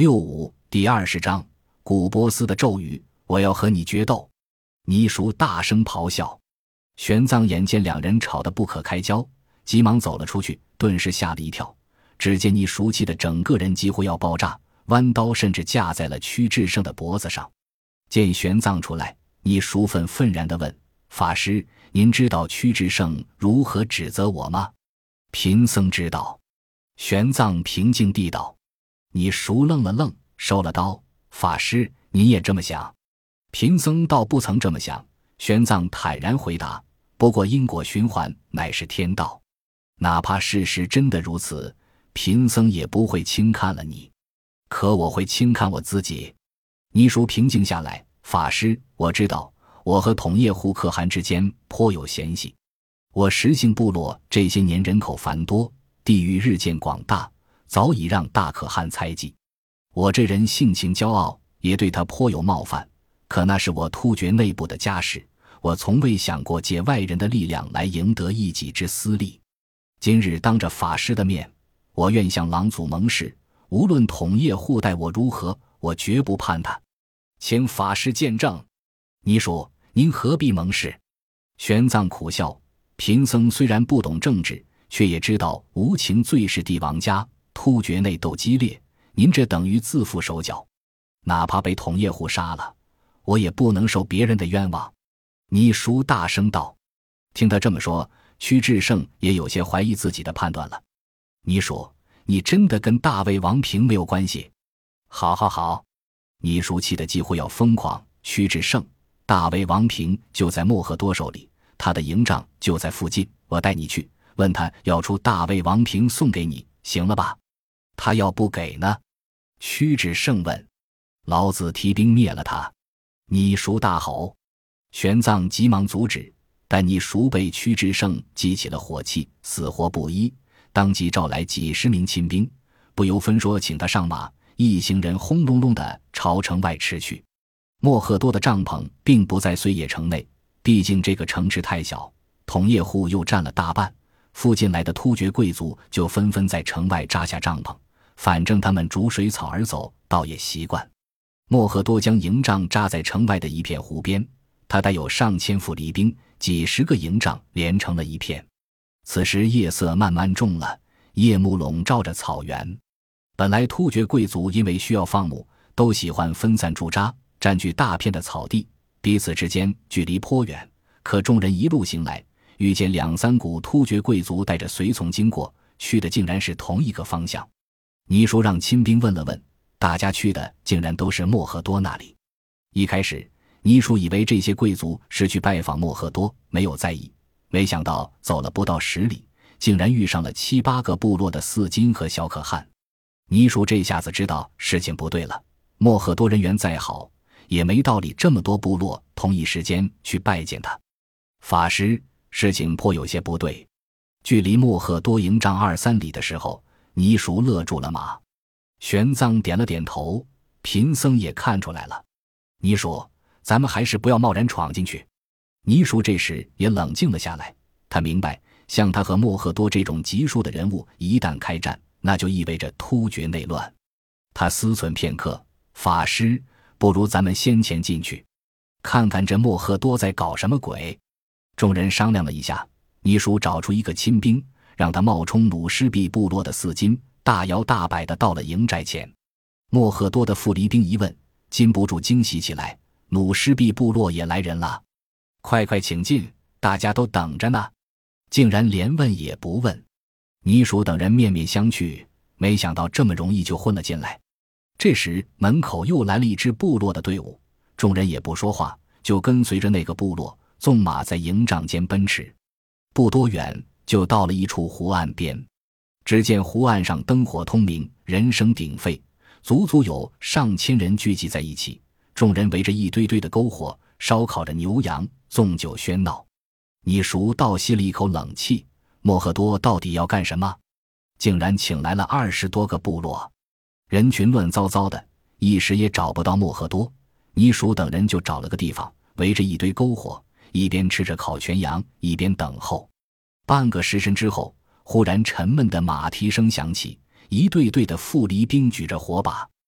第20章古波斯的咒语，我要和你决斗。倪叔大声咆哮。玄奘眼见两人吵得不可开交，急忙走了出去，顿时吓了一跳。只见倪叔气得整个人几乎要爆炸，弯刀甚至架在了屈志胜的脖子上。见玄奘出来，倪叔愤然地问：法师，您知道屈志胜如何指责我吗？贫僧知道。玄奘平静地道。倪叔愣了愣，收了刀。法师，您也这么想？贫僧倒不曾这么想。玄奘坦然回答，不过因果循环乃是天道，哪怕事实真的如此，贫僧也不会轻看了你。可我会轻看我自己。倪叔平静下来，法师，我知道我和统叶护可汗之间颇有嫌隙。我石姓部落这些年人口繁多，地域日渐广大，早已让大可汗猜忌。我这人性情骄傲，也对他颇有冒犯，可那是我突厥内部的家事，我从未想过借外人的力量来赢得一己之私利。今日当着法师的面，我愿向狼祖盟誓，无论统叶护待我如何，我绝不叛他。请法师见证。倪叔，您何必盟誓？玄奘苦笑，贫僧虽然不懂政治，却也知道无情最是帝王家，突厥内斗激烈，您这等于自缚手脚。哪怕被统叶护杀了，我也不能受别人的冤枉。倪叔大声道。听他这么说，屈志胜也有些怀疑自己的判断了。倪叔，你真的跟大魏王平没有关系？好。倪叔气得几乎要疯狂。屈志胜，大魏王平就在莫赫多手里，他的营帐就在附近，我带你去，问他要出大魏王平送给你，行了吧？他要不给呢？屈志胜问。老子提兵灭了他。倪叔大吼。玄奘急忙阻止，但倪叔被屈志胜激起了火气，死活不依，当即召来几十名亲兵，不由分说请他上马，一行人轰隆隆地朝城外驰去。莫赫多的帐篷并不在绥野城内，毕竟这个城池太小，统叶护又占了大半，附近来的突厥贵族就纷纷在城外扎下帐篷，反正他们逐水草而走，倒也习惯。莫赫多将营帐扎在城外的一片湖边，他带有上千副离兵，几十个营帐连成了一片。此时夜色慢慢重了，夜幕笼罩着草原。本来突厥贵族因为需要放牧，都喜欢分散驻扎，占据大片的草地，彼此之间距离颇远。可众人一路行来，遇见两三股突厥贵族带着随从经过，去的竟然是同一个方向。倪叔让亲兵问了问，大家去的竟然都是莫赫多那里。一开始倪叔以为这些贵族是去拜访莫赫多，没有在意，没想到走了不到10里，竟然遇上了7、8个部落的四金和小可汗。倪叔这下子知道事情不对了，莫赫多人缘再好，也没道理这么多部落同一时间去拜见他。法师，事情颇有些不对。距离莫赫多营帐2、3里的时候，倪叔勒住了马。玄奘点了点头，贫僧也看出来了。倪叔，咱们还是不要贸然闯进去。倪叔这时也冷静了下来，他明白，像他和莫赫多这种级数的人物一旦开战，那就意味着突厥内乱。他思忖片刻，法师，不如咱们先前进去，看看这莫赫多在搞什么鬼。众人商量了一下，倪叔找出一个亲兵，让他冒充努师毕部落的四金，大摇大摆地到了营寨前。莫赫多的副离兵一问，禁不住惊喜起来，努师毕部落也来人了，快请进，大家都等着呢。竟然连问也不问。倪叔等人面面相觑，没想到这么容易就混了进来。这时门口又来了一支部落的队伍，众人也不说话，就跟随着那个部落纵马在营帐间奔驰。不多远就到了一处湖岸边，只见湖岸上灯火通明，人声鼎沸，足足有上千人聚集在一起，众人围着一堆堆的篝火，烧烤着牛羊，纵酒喧闹。倪叔倒吸了一口冷气，莫赫多到底要干什么？竟然请来了20多个部落，人群乱糟糟的，一时也找不到莫赫多。倪叔等人就找了个地方，围着一堆篝火，一边吃着烤全羊，一边等候。半个时辰之后，忽然沉闷的马蹄声响起，一队队的副离兵举着火把。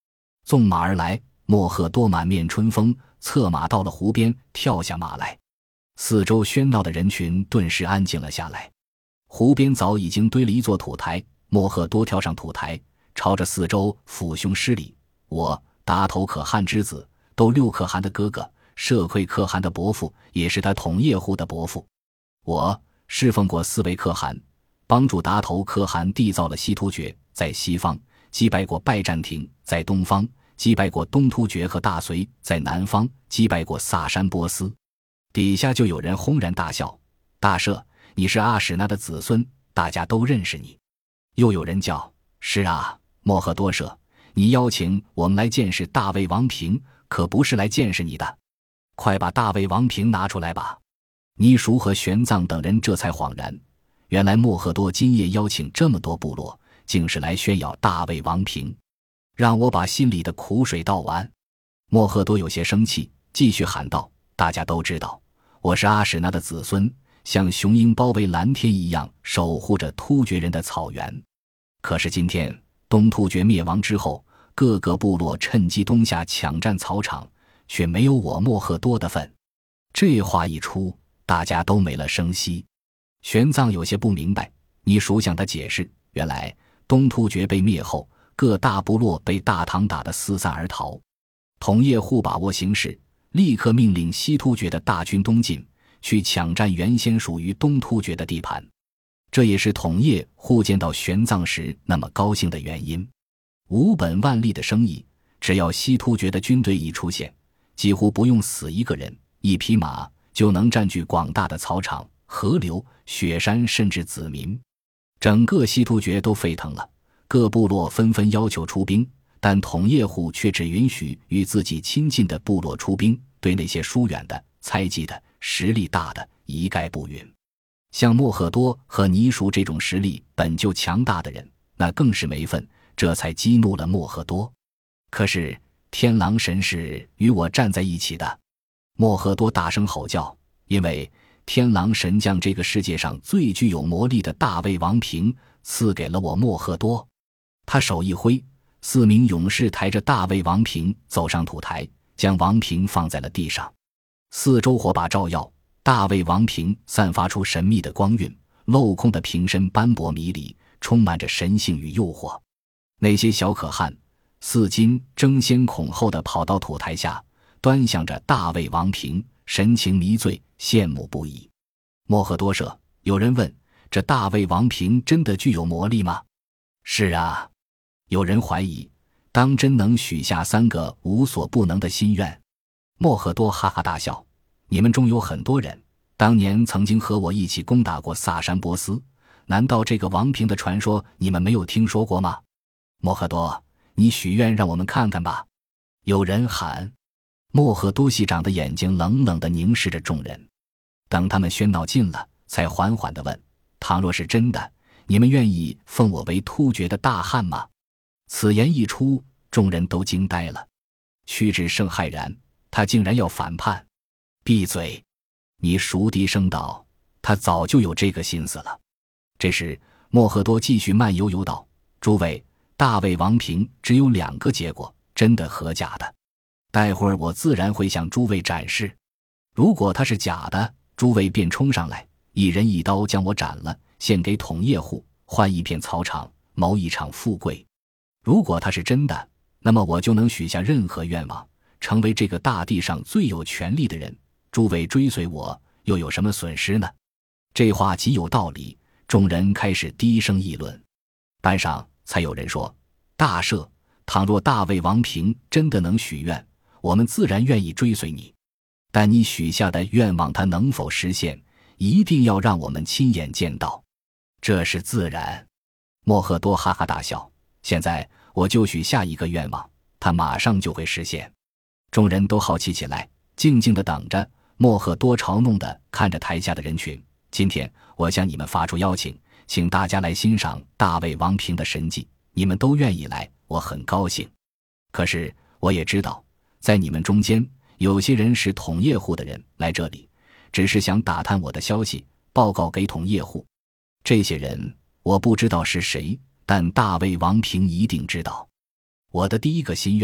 纵马而来，莫赫多满面春风，策马到了湖边，跳下马来。四周喧闹的人群顿时安静了下来。湖边早已经堆了一座土台，莫赫多跳上土台，朝着四周抚胸施礼：“我达头可汗之子，斗六可汗的哥哥，社会可汗的伯父，也是他统叶护的伯父。我侍奉过4位可汗，帮助达头可汗缔造了西突厥，在西方击败过拜占庭，在东方击败过东突厥和大隋，在南方击败过萨珊波斯。”底下就有人轰然大笑：“大赦，你是阿史那的子孙，大家都认识你。”又有人叫：“是啊，莫赫多赦，你邀请我们来见识大卫王平，可不是来见识你的，快把大卫王平拿出来吧。”倪叔和玄奘等人这才恍然，原来莫赫多今夜邀请这么多部落，竟是来炫耀大卫王平，让我把心里的苦水倒完。莫赫多有些生气，继续喊道：“大家都知道，我是阿史那的子孙，像雄鹰包围蓝天一样守护着突厥人的草原。可是今天东突厥灭亡之后，各个部落趁机东下抢占草场，却没有我莫赫多的份。”这话一出，大家都没了声息。玄奘有些不明白，倪叔向他解释，原来东突厥被灭后，各大部落被大唐打得四散而逃。统叶护把握形势，立刻命令西突厥的大军东进，去抢占原先属于东突厥的地盘。这也是统叶护见到玄奘时那么高兴的原因。无本万利的生意，只要西突厥的军队一出现，几乎不用死一个人，一匹马就能占据广大的草场、河流、雪山，甚至子民。整个西突厥都沸腾了，各部落纷纷要求出兵，但统叶护却只允许与自己亲近的部落出兵，对那些疏远的、猜忌的、实力大的一概不允。像莫赫多和倪叔这种实力本就强大的人，那更是没份，这才激怒了莫赫多。可是天狼神是与我站在一起的，莫赫多大声吼叫，因为天狼神将这个世界上最具有魔力的大卫王平赐给了我莫赫多。他手一挥，4名勇士抬着大卫王平走上土台，将王平放在了地上。四周火把照耀，大卫王平散发出神秘的光晕，镂空的瓶身斑驳迷离，充满着神性与诱惑。那些小可汗4金争先恐后地跑到土台下，端详着大卫王平，神情迷醉，羡慕不已。莫赫多赦，有人问，这大卫王平真的具有魔力吗？是啊。有人怀疑，当真能许下3个无所不能的心愿？莫赫多哈哈大笑，你们中有很多人当年曾经和我一起攻打过萨珊波斯，难道这个王平的传说你们没有听说过吗？莫赫多，你许愿让我们看看吧。有人喊。莫赫多系长的眼睛冷冷地凝视着众人，等他们喧闹尽了，才缓缓地问，倘若是真的，你们愿意奉我为突厥的大汗吗？此言一出，众人都惊呆了。屈指胜骇然，他竟然要反叛。闭嘴！你熟低声道，他早就有这个心思了。这时莫赫多继续慢悠悠道，诸位，大卫王平只有2个结果，真的和假的。待会儿我自然会向诸位展示。如果他是假的，诸位便冲上来，一人一刀将我斩了，献给统叶护，换一片草场，谋一场富贵。如果他是真的，那么我就能许下任何愿望，成为这个大地上最有权力的人。诸位追随我，又有什么损失呢？这话极有道理，众人开始低声议论。半晌，才有人说，大赦，倘若大卫王平真的能许愿，我们自然愿意追随你，但你许下的愿望它能否实现，一定要让我们亲眼见到。这是自然。莫赫多哈哈大笑，现在我就许下一个愿望，它马上就会实现。众人都好奇起来，静静地等着。莫赫多嘲弄地看着台下的人群，今天我向你们发出邀请，请大家来欣赏大卫王平的神迹，你们都愿意来，我很高兴。可是我也知道，在你们中间有些人是统叶护的人，来这里只是想打探我的消息，报告给统叶护。这些人我不知道是谁，但大卫王平一定知道。我的第一个心愿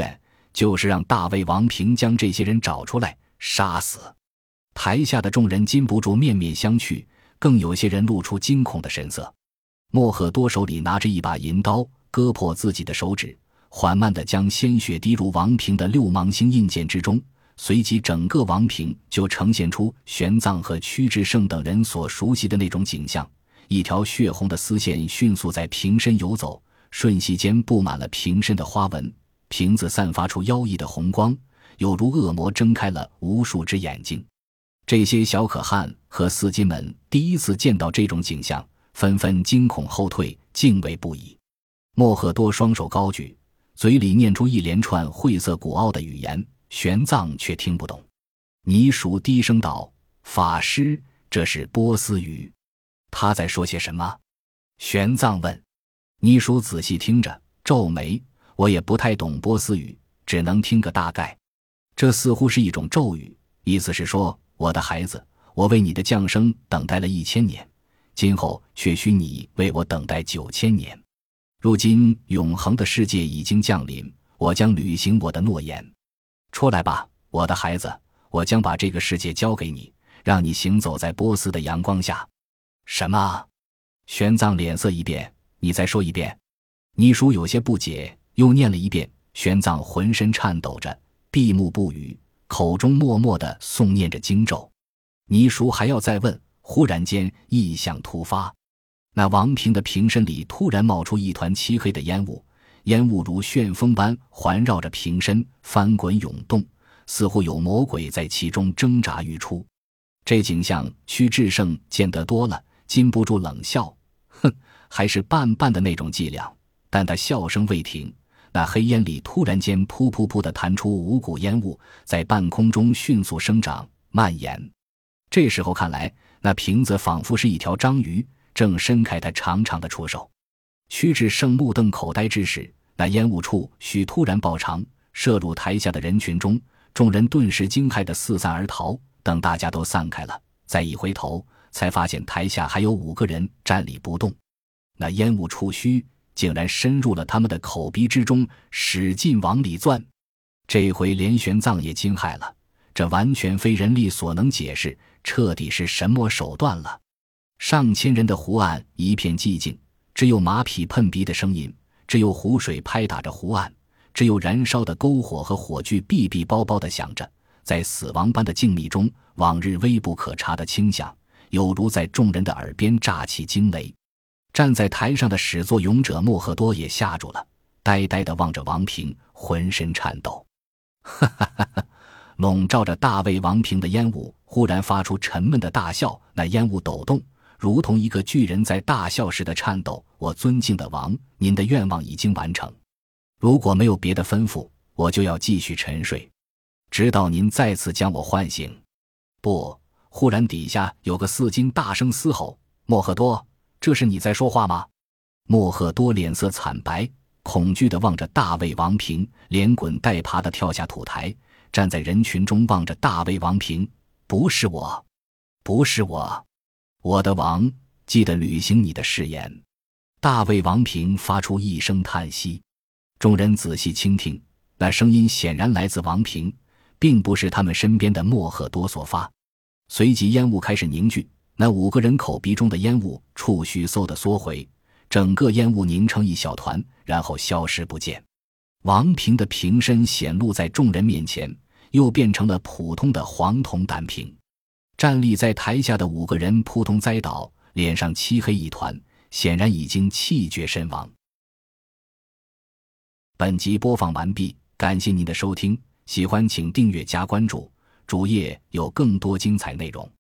就是让大魏王平将这些人找出来杀死。台下的众人禁不住面面相觑，更有些人露出惊恐的神色。莫赫多手里拿着一把银刀，割破自己的手指，缓慢地将鲜血滴入王平的六芒星印鉴之中，随即整个王平就呈现出玄奘和屈志胜等人所熟悉的那种景象。一条血红的丝线迅速在瓶身游走，瞬息间布满了瓶身的花纹，瓶子散发出妖异的红光，有如恶魔睁开了无数只眼睛。这些小可汗和司机们第一次见到这种景象，纷纷惊恐后退，敬畏不已。莫赫多双手高举，嘴里念出一连串晦涩古奥的语言，玄奘却听不懂。尼叔低声道：“法师，这是波斯语。”他在说些什么？玄奘问。尼叔仔细听着，皱眉：“我也不太懂波斯语，只能听个大概。这似乎是一种咒语，意思是说，我的孩子，我为你的降生等待了1000年，今后却需你为我等待9000年。如今永恒的世界已经降临，我将履行我的诺言。出来吧，我的孩子，我将把这个世界交给你，让你行走在波斯的阳光下。”什么？玄奘脸色一变，你再说一遍。尼叔有些不解，又念了一遍。玄奘浑身颤抖着，闭目不语，口中默默地诵念着经咒。尼叔还要再问，忽然间异象突发，那王平的瓶身里突然冒出一团漆黑的烟雾，烟雾如旋风般环绕着瓶身翻滚涌动，似乎有魔鬼在其中挣扎欲出。这景象屈志胜见得多了，禁不住冷笑，哼，还是半半的那种伎俩。但他笑声未停，那黑烟里突然间噗噗噗地弹出五股烟雾，在半空中迅速生长蔓延。这时候看来，那瓶子仿佛是一条章鱼，正伸开它长长的触手。屈志胜目瞪口呆之时，那烟雾处须突然爆长，射入台下的人群中，众人顿时惊骇地四散而逃。等大家都散开了，再一回头，才发现台下还有5个人站立不动。那烟雾触须竟然深入了他们的口鼻之中，使劲往里钻。这回连玄奘也惊骇了，这完全非人力所能解释，彻底是神魔手段了。上千人的湖岸一片寂静，只有马匹喷鼻的声音，只有湖水拍打着湖岸，只有燃烧的篝火和火炬哔哔包包地响着。在死亡般的静谧中，往日微不可察的轻响，有如在众人的耳边炸起惊雷。站在台上的始作俑者莫赫多也吓住了，呆呆地望着王平，浑身颤抖。哈哈哈哈！笼罩着大魏王平的烟雾忽然发出沉闷的大笑，那烟雾抖动，如同一个巨人在大笑时的颤抖。我尊敬的王，您的愿望已经完成，如果没有别的吩咐，我就要继续沉睡，直到您再次将我唤醒。不，忽然底下有个司金大声嘶吼：“莫赫多，这是你在说话吗？”莫赫多脸色惨白，恐惧地望着大魏王平，连滚带爬地跳下土台，站在人群中望着大魏王平：“不是我，不是我，我的王，记得履行你的誓言。”大魏王平发出一声叹息，众人仔细倾听，那声音显然来自王平，并不是他们身边的莫赫多所发。随即烟雾开始凝聚，那5个人口鼻中的烟雾触须嗖地缩回，整个烟雾凝成一小团，然后消失不见。王平的瓶身显露在众人面前，又变成了普通的黄铜胆瓶。站立在台下的5个人扑通栽倒，脸上漆黑一团，显然已经气绝身亡。本集播放完毕，感谢您的收听，喜欢请订阅加关注，主页有更多精彩内容。